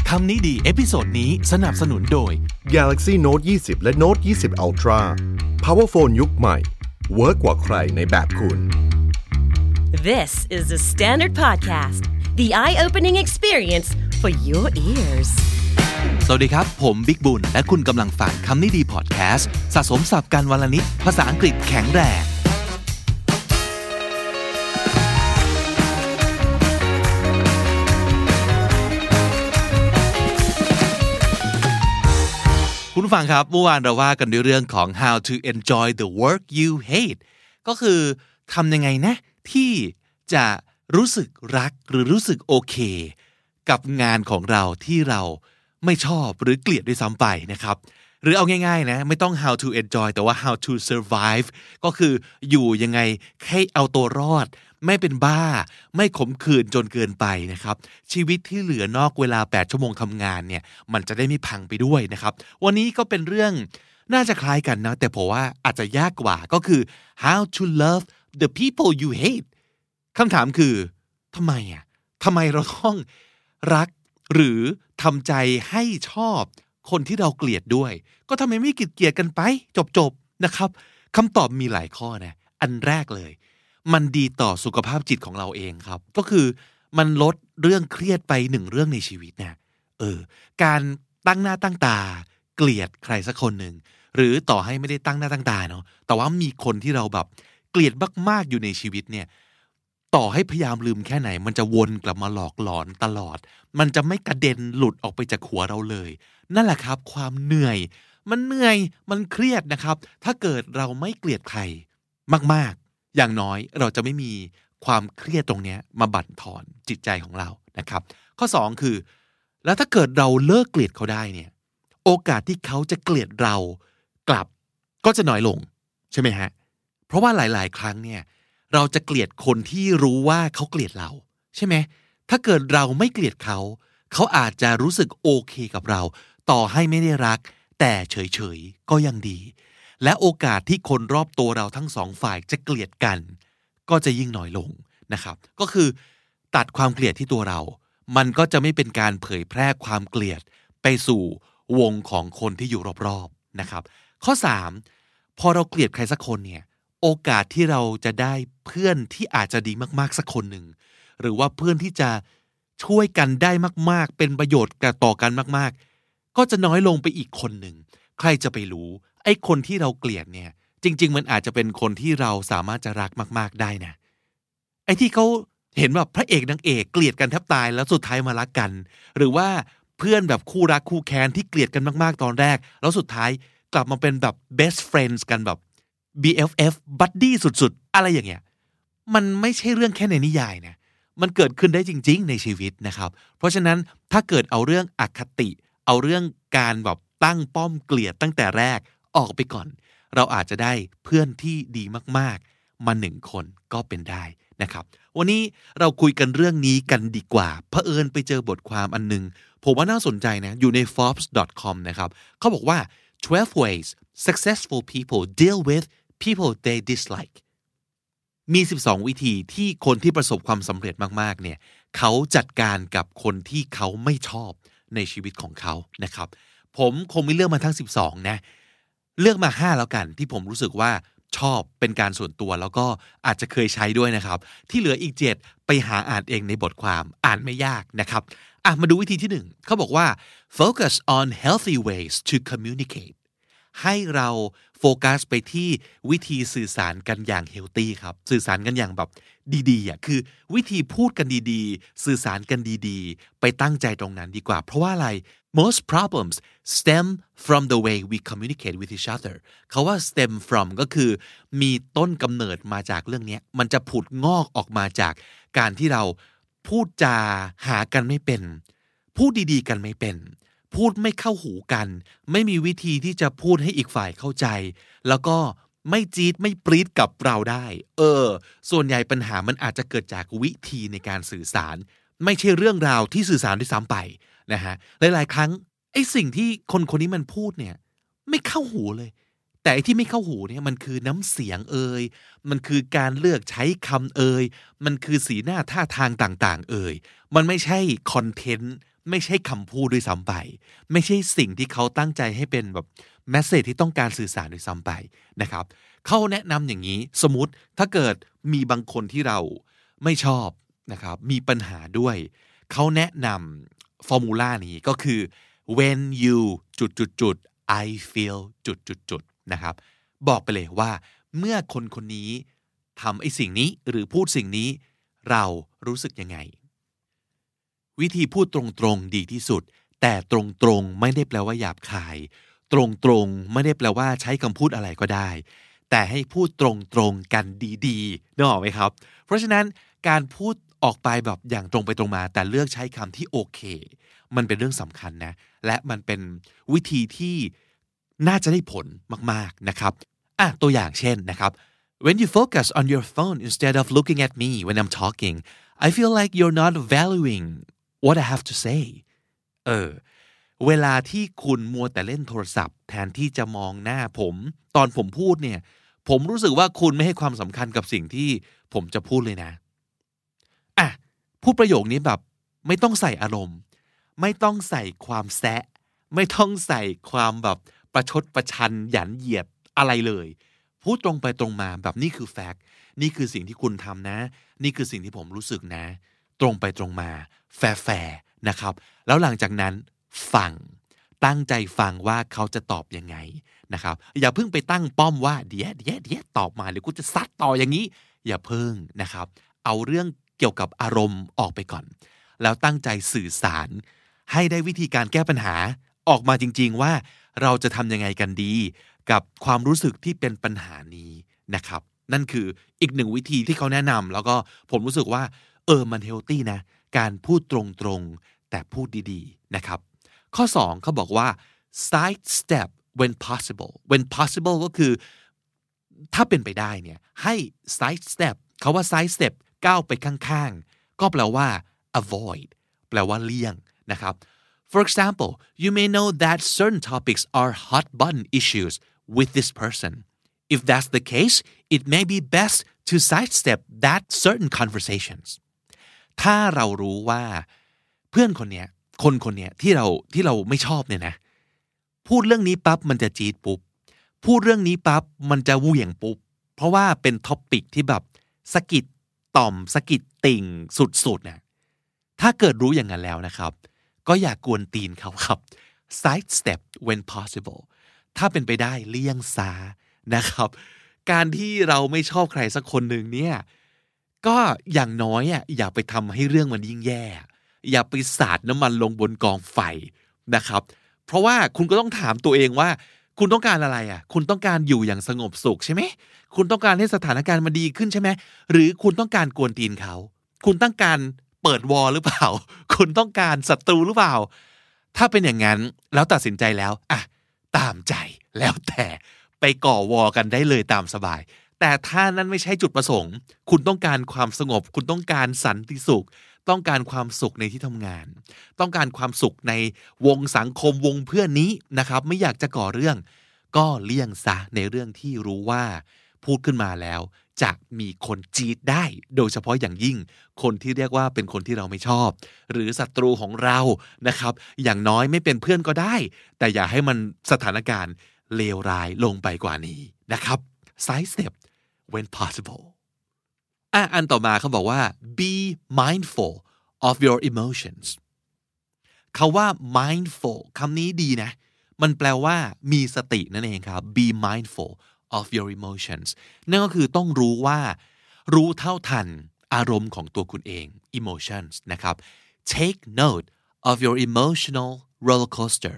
คำนี้ดีเอพิโซดนี้สนับสนุนโดย Galaxy Note 20 และ Note 20 Ultra Power Phone ยุคใหม่เวิร์กกว่าใครในแบบคุณ This is the Standard Podcast, the eye-opening experience for your ears. สวัสดีครับผมบิ๊กบุญและคุณกำลังฟังคำนี้ดีพอดแคสต์สะสมศัพท์กันวลนิดภาษาอังกฤษแข็งแรงคุณผู้ฟังครับเมื่อวานเราว่ากันด้วยเรื่องของ how to enjoy the work you hate ก็คือทำยังไงนะที่จะรู้สึกรักหรือรู้สึกโอเคกับงานของเราที่เราไม่ชอบหรือเกลียดด้วยซ้ำไปนะครับหรือเอาง่ายๆนะไม่ต้อง how to enjoy แต่ว่า how to survive ก็คืออยู่ยังไงให้เอาตัวรอดไม่เป็นบ้าไม่ขมขื่นจนเกินไปนะครับชีวิตที่เหลือนอกเวลา8ชั่วโมงทำงานเนี่ยมันจะได้ไม่พังไปด้วยนะครับวันนี้ก็เป็นเรื่องน่าจะคล้ายกันนะแต่ผมว่าอาจจะยากกว่าก็คือ how to love the people you hate คำถามคือทำไมเราต้องรักหรือทำใจให้ชอบคนที่เราเกลียดด้วยก็ทำไมไม่เกลียดกันไปจบๆนะครับคำตอบมีหลายข้อนะอันแรกเลยมันดีต่อสุขภาพจิตของเราเองครับก็คือมันลดเรื่องเครียดไปหนึ่งเรื่องในชีวิตนะการตั้งหน้าตั้งตาเกลียดใครสักคนหนึ่งหรือต่อให้ไม่ได้ตั้งหน้าตั้งตาเนาะแต่ว่ามีคนที่เราแบบเกลียดมากๆอยู่ในชีวิตเนี่ยต่อให้พยายามลืมแค่ไหนมันจะวนกลับมาหลอกหลอนตลอดมันจะไม่กระเด็นหลุดออกไปจากหัวเราเลยนั่นแหละครับความเหนื่อยมันเครียดนะครับถ้าเกิดเราไม่เกลียดใครมากๆอย่างน้อยเราจะไม่มีความเครียดตรงนี้มาบั่นทอนจิตใจของเรานะครับข้อ2คือแล้วถ้าเกิดเราเลิกเกลียดเขาได้เนี่ยโอกาสที่เขาจะเกลียดเรากลับก็จะน้อยลงใช่ไหมฮะเพราะว่าหลายๆครั้งเนี่ยเราจะเกลียดคนที่รู้ว่าเขาเกลียดเราใช่ไหมถ้าเกิดเราไม่เกลียดเขาอาจจะรู้สึกโอเคกับเราต่อให้ไม่ได้รักแต่เฉยๆก็ยังดีและโอกาสที่คนรอบตัวเราทั้งสองฝ่ายจะเกลียดกันก็จะยิ่งน้อยลงนะครับก็คือตัดความเกลียดที่ตัวเรามันก็จะไม่เป็นการเผยแพร่ความเกลียดไปสู่วงของคนที่อยู่รอบๆนะครับข้อ3พอเราเกลียดใครสักคนเนี่ยโอกาสที่เราจะได้เพื่อนที่อาจจะดีมากๆสักคนหนึ่งหรือว่าเพื่อนที่จะช่วยกันได้มากๆเป็นประโยชน์ต่อกันมากๆก็จะน้อยลงไปอีกคนหนึ่งใครจะไปรู้ไอ้คนที่เราเกลียดเนี่ยจริงๆมันอาจจะเป็นคนที่เราสามารถจะรักมากๆได้นะไอ้ที่เขาเห็นแบบพระเอกนางเอกเกลียดกันแทบตายแล้วสุดท้ายมารักกันหรือว่าเพื่อนแบบคู่รักคู่แค้นที่เกลียดกันมากๆตอนแรกแล้วสุดท้ายกลับมาเป็นแบบ best friends กันแบบ BFF buddy สุดๆอะไรอย่างเงี้ยมันไม่ใช่เรื่องแค่ในนิยายนะมันเกิดขึ้นได้จริงๆในชีวิตนะครับเพราะฉะนั้นถ้าเกิดเอาเรื่องอคติเอาเรื่องการแบบตั้งป้อมเกลียดตั้งแต่แรกออกไปก่อนเราอาจจะได้เพื่อนที่ดีมากๆมา1คนก็เป็นได้นะครับวันนี้เราคุยกันเรื่องนี้กันดีกว่าเผอิญไปเจอบทความอันนึงผมว่าน่าสนใจนะอยู่ใน forbes.com นะครับเขาบอกว่า 12 ways successful people deal with people they dislike มี12วิธีที่คนที่ประสบความสำเร็จมากๆเนี่ยเขาจัดการกับคนที่เขาไม่ชอบในชีวิตของเขานะครับผมคงไม่เลือกมาทั้ง12นะเลือกมา5แล้วกันที่ผมรู้สึกว่าชอบเป็นการส่วนตัวแล้วก็อาจจะเคยใช้ด้วยนะครับที่เหลืออีก7ไปหาอ่านเองในบทความอ่านไม่ยากนะครับมาดูวิธีที่1เขาบอกว่า focus on healthy ways to communicate ให้เราโฟกัสไปที่วิธีสื่อสารกันอย่างเฮลตี้ครับสื่อสารกันอย่างแบบดีๆคือวิธีพูดกันดีๆสื่อสารกันดีๆไปตั้งใจตรงนั้นดีกว่าเพราะว่าอะไร most problems stem from the way we communicate with each other เขาว่า stem from ก็คือมีต้นกำเนิดมาจากเรื่องนี้มันจะผุดงอกออกมาจากการที่เราพูดจาหากันไม่เป็นพูดดีๆกันไม่เป็นพูดไม่เข้าหูกันไม่มีวิธีที่จะพูดให้อีกฝ่ายเข้าใจแล้วก็ไม่จี๊ดไม่ปรี๊ดกับเราได้ส่วนใหญ่ปัญหามันอาจจะเกิดจากวิธีในการสื่อสารไม่ใช่เรื่องราวที่สื่อสารด้วยซ้ำไปนะฮะหลายๆครั้งไอ้สิ่งที่คนนี้มันพูดเนี่ยไม่เข้าหูเลยแต่ไอ้ที่ไม่เข้าหูเนี่ยมันคือน้ำเสียงมันคือการเลือกใช้คำมันคือสีหน้าท่าทางต่างๆมันไม่ใช่คอนเทนต์ไม่ใช่คำพูดด้วยซ้ำไปไม่ใช่สิ่งที่เขาตั้งใจให้เป็นแบบเมสเสจที่ต้องการสื่อสารด้วยซ้ำไปนะครับเขาแนะนำอย่างนี้สมมุติถ้าเกิดมีบางคนที่เราไม่ชอบนะครับมีปัญหาด้วยเขาแนะนำฟอร์มูลานี้ก็คือ when you I feel นะครับบอกไปเลยว่าเมื่อคนคนนี้ทำไอ้สิ่งนี้หรือพูดสิ่งนี้เรารู้สึกยังไงวิธีพูดตรงๆดีที่สุดแต่ตรงๆไม่ได้แปลว่าหยาบคายตรงๆไม่ได้แปลว่าใช้คำพูดอะไรก็ได้แต่ให้พูดตรงๆกันดีๆนึกออกไหมครับเพราะฉะนั้นการพูดออกไปแบบอย่างตรงไปตรงมาแต่เลือกใช้คำที่โอเคมันเป็นเรื่องสำคัญนะและมันเป็นวิธีที่น่าจะได้ผลมากๆนะครับตัวอย่างเช่นนะครับ When you focus on your phone instead of looking at me when I'm talking I feel like you're not valuing what I have to say เวลาที่คุณมัวแต่เล่นโทรศัพท์แทนที่จะมองหน้าผมตอนผมพูดเนี่ยผมรู้สึกว่าคุณไม่ให้ความสำคัญกับสิ่งที่ผมจะพูดเลยนะพูดประโยคนี้แบบไม่ต้องใส่อารมณ์ไม่ต้องใส่ความแซะไม่ต้องใส่ความแบบประชดประชันหยันเหยียดอะไรเลยพูดตรงไปตรงมาแบบนี่คือแฟกต์นี่คือสิ่งที่คุณทำนะนี่คือสิ่งที่ผมรู้สึกนะตรงไปตรงมาแฟร์นะครับแล้วหลังจากนั้นฟังตั้งใจฟังว่าเขาจะตอบยังไงนะครับอย่าเพิ่งไปตั้งป้อมว่าเดี๋ยวตอบมาหรือกูจะซัดต่ออย่างนี้อย่าเพิ่งนะครับเอาเรื่องเกี่ยวกับอารมณ์ออกไปก่อนแล้วตั้งใจสื่อสารให้ได้วิธีการแก้ปัญหาออกมาจริงๆว่าเราจะทำยังไงกันดีกับความรู้สึกที่เป็นปัญหานี้นะครับนั่นคืออีกหนึ่งวิธีที่เขาแนะนำแล้วก็ผมรู้สึกว่ามันเฮลตี้นะการพูดตรงๆแต่พูดดีๆนะครับข้อ2เขาบอกว่า side step when possible ก็คือถ้าเป็นไปได้เนี่ยให้ side step เขาว่า side step ก้าวไปข้างๆก็แปลว่า avoid แปลว่าเลี่ยงนะครับ For example you may know that certain topics are hot button issues with this person if that's the case it may be best to sidestep that certain conversations ถ้าเรารู้ว่าเพื่อนคนเนี้ยคนเนี้ยที่เราไม่ชอบเนี่ยนะพูดเรื่องนี้ปั๊บมันจะจี๊ดปุ๊บพูดเรื่องนี้ปั๊บมันจะเหวี่ยงปุ๊บเพราะว่าเป็นท็อปปิกที่แบบสะกิดต่อมสะกิดติ่งสุดๆนะถ้าเกิดรู้อย่างนั้นแล้วนะครับก็อย่ากวนตีนเขาครับ side step when possible ถ้าเป็นไปได้เลี่ยงซานะครับการที่เราไม่ชอบใครสักคนหนึ่งเนี่ยก็อย่างน้อยอย่าไปทำให้เรื่องมันยิ่งแย่อย่าไปสาดน้ำมันลงบนกองไฟนะครับเพราะว่าคุณก็ต้องถามตัวเองว่าคุณต้องการอะไรคุณต้องการอยู่อย่างสงบสุขใช่ไหมคุณต้องการให้สถานการณ์มันดีขึ้นใช่ไหมหรือคุณต้องการกวนตีนเขาคุณต้องการเปิดวอลหรือเปล่าคุณต้องการศัตรูหรือเปล่าถ้าเป็นอย่างนั้นแล้วตัดสินใจแล้วตามใจแล้วแต่ไปก่อวอลกันได้เลยตามสบายแต่ถ้านั้นไม่ใช่จุดประสงค์คุณต้องการความสงบคุณต้องการสันติสุขต้องการความสุขในที่ทำงานต้องการความสุขในวงสังคมวงเพื่อนนี้นะครับไม่อยากจะก่อเรื่องก็เลี่ยงซะในเรื่องที่รู้ว่าพูดขึ้นมาแล้วจะมีคนจี๊ดได้โดยเฉพาะอย่างยิ่งคนที่เรียกว่าเป็นคนที่เราไม่ชอบหรือศัตรูของเรานะครับอย่างน้อยไม่เป็นเพื่อนก็ได้แต่อย่าให้มันสถานการณ์เลวร้ายลงไปกว่านี้นะครับ side step when possibleอันต่อมาเขาบอกว่า be mindful of your emotions เขาว่า mindful คำนี้ดีนะมันแปลว่ามีสตินั่นเองครับ be mindful of your emotions นั่นก็คือต้องรู้ว่ารู้เท่าทันอารมณ์ของตัวคุณเอง emotions นะครับ take note of your emotional roller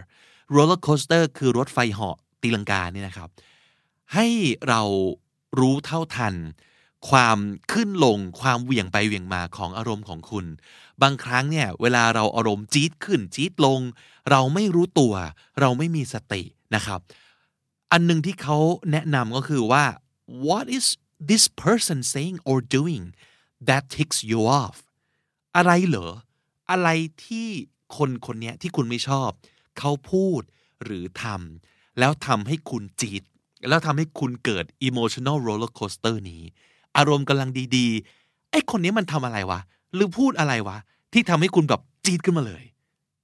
coaster คือรถไฟเหาะตีลังกาเนี่ยนะครับให้เรารู้เท่าทันความขึ้นลงความเหวี่ยงไปเหวี่ยงมาของอารมณ์ของคุณบางครั้งเนี่ยเวลาเราอารมณ์จี๊ดขึ้นจี๊ดลงเราไม่รู้ตัวเราไม่มีสตินะครับอันนึงที่เขาแนะนำก็คือว่า what is this person saying or doing that ticks you off อะไรเหรออะไรที่คนเนี้ยที่คุณไม่ชอบเขาพูดหรือทำแล้วทำให้คุณจี๊ดแล้วทำให้คุณเกิด emotional roller coaster นี้อารมณ์กำลังดีๆไอ้คนนี้มันทำอะไรวะหรือพูดอะไรวะที่ทำให้คุณแบบจี๊ดขึ้นมาเลย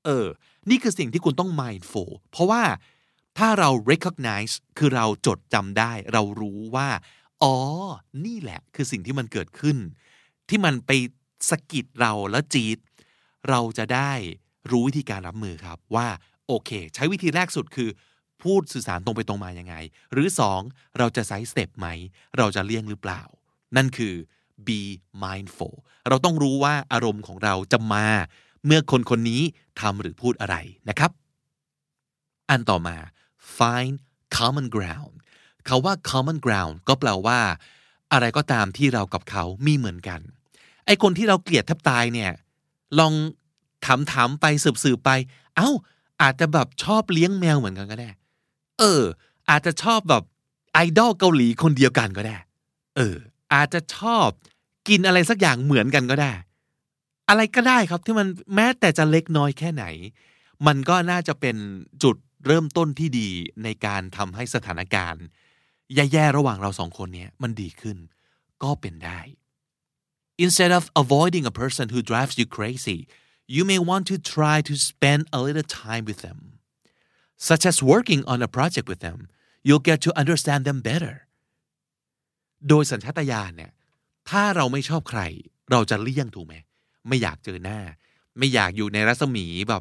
นี่คือสิ่งที่คุณต้อง mindful เพราะว่าถ้าเรา recognize คือเราจดจำได้เรารู้ว่านี่แหละคือสิ่งที่มันเกิดขึ้นที่มันไปสะกิดเราแล้วจี๊ดเราจะได้รู้วิธีการรับมือครับว่าโอเคใช้วิธีแรกสุดคือพูดสื่อสารตรงไปตรงมายังไงหรือ2เราจะไซด์สเต็ปไหมเราจะเลี่ยงหรือเปล่านั่นคือ be mindful เราต้องรู้ว่าอารมณ์ของเราจะมาเมื่อคนคนนี้ทำหรือพูดอะไรนะครับอันต่อมา find common ground เขาว่า common ground ก็แปลว่าอะไรก็ตามที่เรากับเขามีเหมือนกันไอ้คนที่เราเกลียดแทบตายเนี่ยลองถามไปสืบไปอาจจะแบบชอบเลี้ยงแมวเหมือนกันก็ได้อาจจะชอบแบบไอดอลเกาหลีคนเดียวกันก็ได้อาจจะชอบกินอะไรสักอย่างเหมือนกันก็ได้อะไรก็ได้ครับที่มันแม้แต่จะเล็กน้อยแค่ไหนมันก็น่าจะเป็นจุดเริ่มต้นที่ดีในการทำให้สถานการณ์แย่ๆระหว่างเราสองคนนี้มันดีขึ้นก็เป็นได้ Instead of avoiding a person who drives you crazy you may want to try to spend a little time with them such as working on a project with them you'll get to understand them better โดยสัญชาตญาณเนี่ยถ้าเราไม่ชอบใครเราจะเลี่ยงถูกไหมไม่อยากเจอหน้าไม่อยากอยู่ในรัศมีแบบ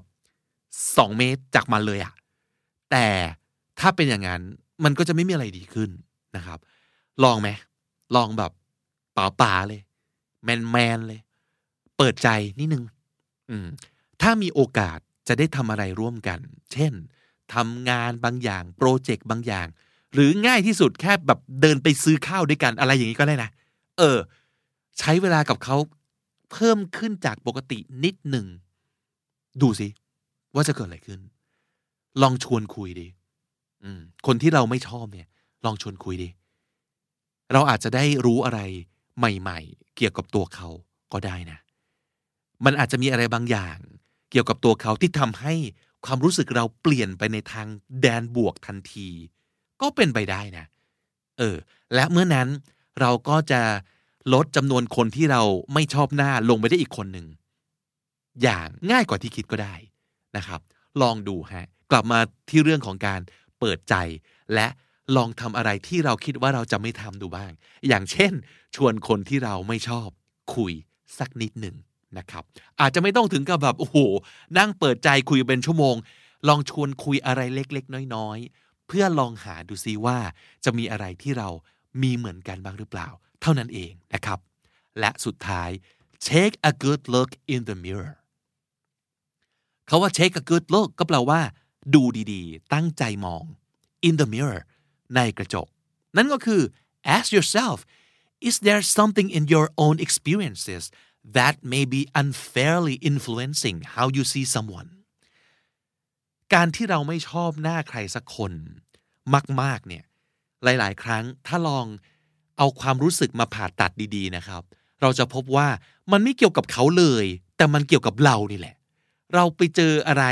2 เมตรจากมันเลยแต่ถ้าเป็นอย่างนั้นมันก็จะไม่มีอะไรดีขึ้นนะครับลองไหมลองแบบป่าเลยแมนเลยเปิดใจนิดนึงถ้ามีโอกาสจะได้ทำอะไรร่วมกันเช่นทำงานบางอย่างโปรเจกต์บางอย่างหรือง่ายที่สุดแค่แบบเดินไปซื้อข้าวด้วยกันอะไรอย่างนี้ก็ได้นะใช้เวลากับเขาเพิ่มขึ้นจากปกตินิดหนึ่งดูสิว่าจะเกิดอะไรขึ้นลองชวนคุยดิคนที่เราไม่ชอบเนี่ยลองชวนคุยดิเราอาจจะได้รู้อะไรใหม่ๆเกี่ยวกับตัวเขาก็ได้นะมันอาจจะมีอะไรบางอย่างเกี่ยวกับตัวเขาที่ทำให้ความรู้สึกเราเปลี่ยนไปในทางแดนบวกทันทีก็เป็นไปได้นะและเมื่อนั้นเราก็จะลดจำนวนคนที่เราไม่ชอบหน้าลงไปได้อีกคนหนึ่งอย่างง่ายกว่าที่คิดก็ได้นะครับลองดูกลับมาที่เรื่องของการเปิดใจและลองทำอะไรที่เราคิดว่าเราจะไม่ทำดูบ้างอย่างเช่นชวนคนที่เราไม่ชอบคุยสักนิดหนึ่งนะครับอาจจะไม่ต้องถึงกับแบบโอ้โหนั่งเปิดใจคุยเป็นชั่วโมงลองชวนคุยอะไรเล็กๆน้อยๆเพื่อลองหาดูซิว่าจะมีอะไรที่เรามีเหมือนกันบ้างหรือเปล่าเท่านั้นเองนะครับและสุดท้าย take a good look in the mirror เขาว่า take a good look ก็แปลว่าดูดีๆตั้งใจมอง in the mirror ในกระจกนั่นก็คือ ask yourself is there something in your own experiences that may be unfairly influencing how you see someone การที่เราไม่ชอบหน้าใครสักคนมากๆเนี่ยหลายๆครั้งถ้าลองเอาความรู้สึกมาผ่าตัดดีๆนะครับเราจะพบว่ามันไม่เกี่ยวกับเขาเลยแต่มันเกี่ยวกับเรานี่แหละเราไปเจออะไร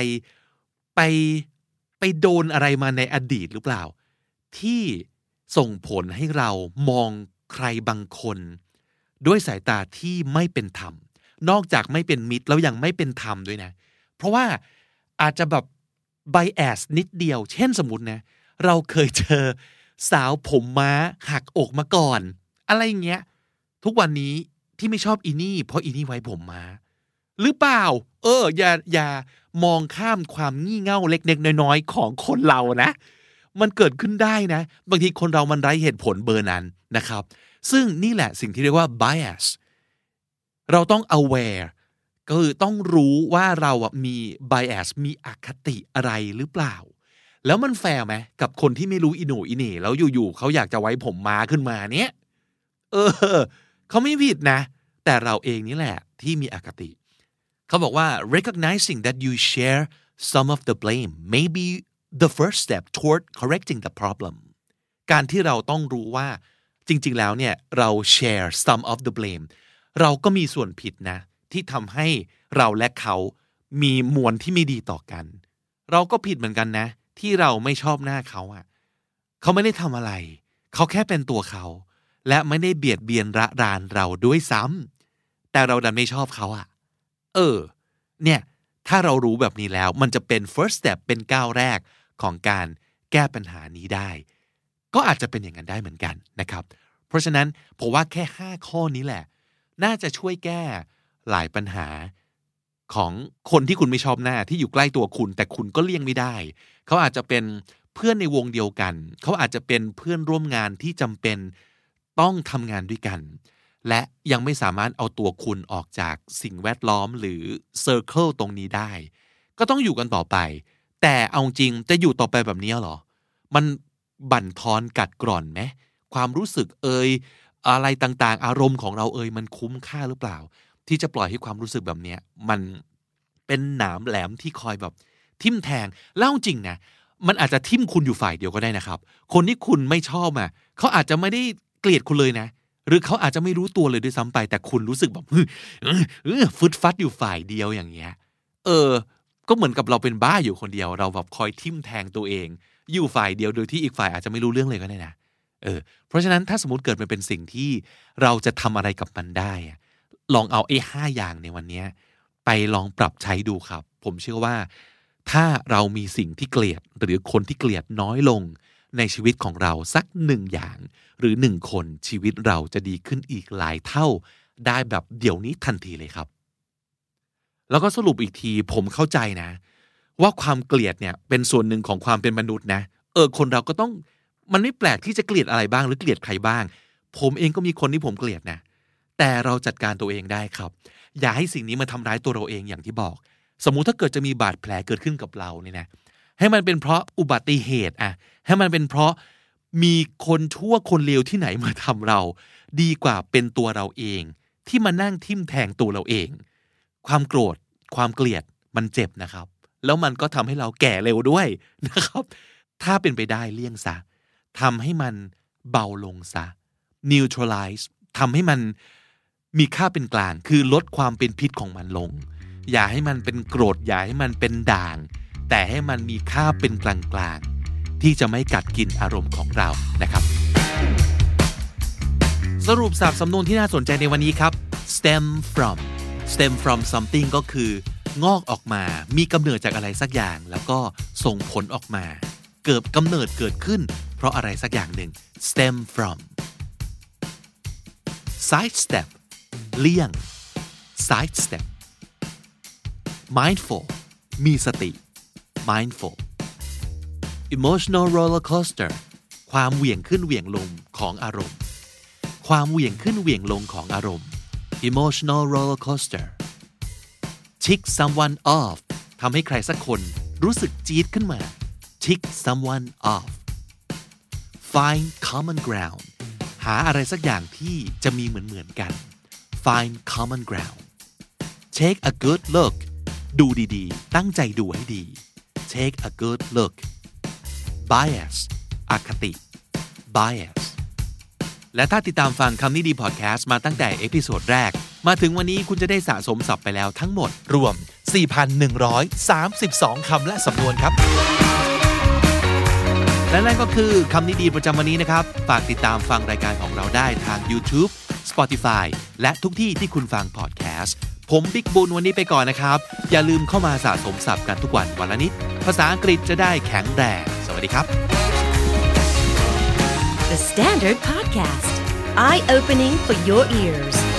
ไปโดนอะไรมาในอดีตหรือเปล่าที่ส่งผลให้เรามองใครบางคนด้วยสายตาที่ไม่เป็นธรรมนอกจากไม่เป็นมิตรแล้วยังไม่เป็นธรรมด้วยนะเพราะว่าอาจจะแบบ bias นิดเดียวเช่นสมมุตินะเราเคยเจอสาวผมม้าหักอกมาก่อนอะไรอย่างเงี้ยทุกวันนี้ที่ไม่ชอบอีนี่เพราะอีนี่ไว้ผมม้าหรือเปล่าอย่ามองข้ามความงี่เง่าเล็กๆน้อยๆของคนเรานะมันเกิดขึ้นได้นะบางทีคนเรามันไร้เหตุผลเบอร์นั้นนะครับซึ่งนี่แหละสิ่งที่เรียกว่า bias เราต้อง aware ก็คือต้องรู้ว่าเรามี bias มีอคติอะไรหรือเปล่าแล้วมันแฟร์ไหมกับคนที่ไม่รู้อีโหน่อีเหน่แล้วอยู่ๆเขาอยากจะไว้ผมม้าขึ้นมาเนี้ยเขาไม่ผิดนะแต่เราเองนี่แหละที่มีอคติเขาบอกว่า recognizing that you share some of the blame may be the first step toward correcting the problem การที่เราต้องรู้ว่าจริงๆแล้วเนี่ยเรา share some of the blame เราก็มีส่วนผิดนะที่ทำให้เราและเขามีมวลที่ไม่ดีต่อกันเราก็ผิดเหมือนกันนะที่เราไม่ชอบหน้าเขาเขาไม่ได้ทำอะไรเขาแค่เป็นตัวเขาและไม่ได้เบียดเบียนระรานเราด้วยซ้ำแต่เราดันไม่ชอบเขาเนี่ยถ้าเรารู้แบบนี้แล้วมันจะเป็น first step เป็นก้าวแรกของการแก้ปัญหานี้ได้ก็อาจจะเป็นอย่างนั้นได้เหมือนกันนะครับเพราะฉะนั้นผมว่าแค่5ข้อนี้แหละน่าจะช่วยแก้หลายปัญหาของคนที่คุณไม่ชอบหน้าที่อยู่ใกล้ตัวคุณแต่คุณก็เลี่ยงไม่ได้เขาอาจจะเป็นเพื่อนในวงเดียวกันเขาอาจจะเป็นเพื่อนร่วมงานที่จำเป็นต้องทำงานด้วยกันและยังไม่สามารถเอาตัวคุณออกจากสิ่งแวดล้อมหรือเซอร์เคิลตรงนี้ได้ก็ต้องอยู่กันต่อไปแต่เอาจริงจะอยู่ต่อไปแบบนี้เหรอมันบั่นทอนกัดกร่อนไหมความรู้สึกอะไรต่างๆอารมณ์ของเรามันคุ้มค่าหรือเปล่าที่จะปล่อยให้ความรู้สึกแบบนี้มันเป็นหนามแหลมที่คอยแบบทิ่มแทงแล้วจริงนะมันอาจจะทิ่มคุณอยู่ฝ่ายเดียวก็ได้นะครับคนที่คุณไม่ชอบเขาอาจจะไม่ได้เกลียดคุณเลยนะหรือเขาอาจจะไม่รู้ตัวเลยด้วยซ้ำไปแต่คุณรู้สึกแบบฟึดฟัดอยู่ฝ่ายเดียวอย่างเงี้ยก็เหมือนกับเราเป็นบ้าอยู่คนเดียวเราแบบคอยทิ่มแทงตัวเองอยู่ฝ่ายเดียวโดยที่อีกฝ่ายอาจจะไม่รู้เรื่องเลยก็ได้นะเพราะฉะนั้นถ้าสมมติเกิดมันเป็นสิ่งที่เราจะทำอะไรกับมันได้ลองเอา5อย่างในวันนี้ไปลองปรับใช้ดูครับผมเชื่อว่าถ้าเรามีสิ่งที่เกลียดหรือคนที่เกลียดน้อยลงในชีวิตของเราสัก1อย่างหรือ1คนชีวิตเราจะดีขึ้นอีกหลายเท่าได้แบบเดี๋ยวนี้ทันทีเลยครับแล้วก็สรุปอีกทีผมเข้าใจนะว่าความเกลียดเนี่ยเป็นส่วนหนึ่งของความเป็นมนุษย์นะคนเราก็ต้องมันไม่แปลกที่จะเกลียดอะไรบ้างหรือเกลียดใครบ้างผมเองก็มีคนที่ผมเกลียดนะแต่เราจัดการตัวเองได้ครับอย่าให้สิ่งนี้มาทำร้ายตัวเราเองอย่างที่บอกสมมุติถ้าเกิดจะมีบาดแผลเกิดขึ้นกับเราเนี่ยนะให้มันเป็นเพราะอุบัติเหตุให้มันเป็นเพราะมีคนชั่วคนเลวที่ไหนมาทำเราดีกว่าเป็นตัวเราเองที่มานั่งทิ่มแทงตัวเราเองความโกรธความเกลียดมันเจ็บนะครับแล้วมันก็ทำให้เราแก่เร็วด้วยนะครับถ้าเป็นไปได้เลี่ยงซะทำให้มันเบาลงซะ neutralize ทำให้มันมีค่าเป็นกลางคือลดความเป็นพิษของมันลงอย่าให้มันเป็นโกรธอย่าให้มันเป็นด่างแต่ให้มันมีค่าเป็นกลางๆที่จะไม่กัดกินอารมณ์ของเรานะครับสรุปศัพท์สำนวนที่น่าสนใจในวันนี้ครับ stem from something ก็คืองอกออกมามีกำเนิดจากอะไรสักอย่างแล้วก็ส่งผลออกมาเกิดกำเนิดเกิดขึ้นเพราะอะไรสักอย่างหนึ่ง stem from sidestep เลี่ยง sidestep mindful มีสติ mindful emotional roller coaster ความเหวี่ยงขึ้นเหวี่ยงลงของอารมณ์ความเหวี่ยงขึ้นเหวี่ยงลงของอารมณ์ emotional roller coaster tick someone off ทำให้ใครสักคนรู้สึกจี๊ดขึ้นมา tick someone off find common ground หาอะไรสักอย่างที่จะมีเหมือนกัน find common ground take a good look ดูดีๆตั้งใจดูให้ดี take a good look bias อคติ bias และถ้าติดตามฟังคำนี้ดีพอดแคสต์มาตั้งแต่เอพิโซดแรกมาถึงวันนี้คุณจะได้สะสมศัพท์ไปแล้วทั้งหมดรวม 4,132 คำและสำนวนครับและนั่นก็คือคำนี้ดีประจำวันนี้นะครับฝากติดตามฟังรายการของเราได้ทาง YouTube Spotify และทุกที่ที่คุณฟังพอดแคสต์ผมบิ๊กบุญวันนี้ไปก่อนนะครับอย่าลืมเข้ามาสะสมศัพท์กันทุกวันวันละนิดภาษาอังกฤษจะได้แข็งแรงสวัสดีครับ The Standard Podcast Eye-opening for your ears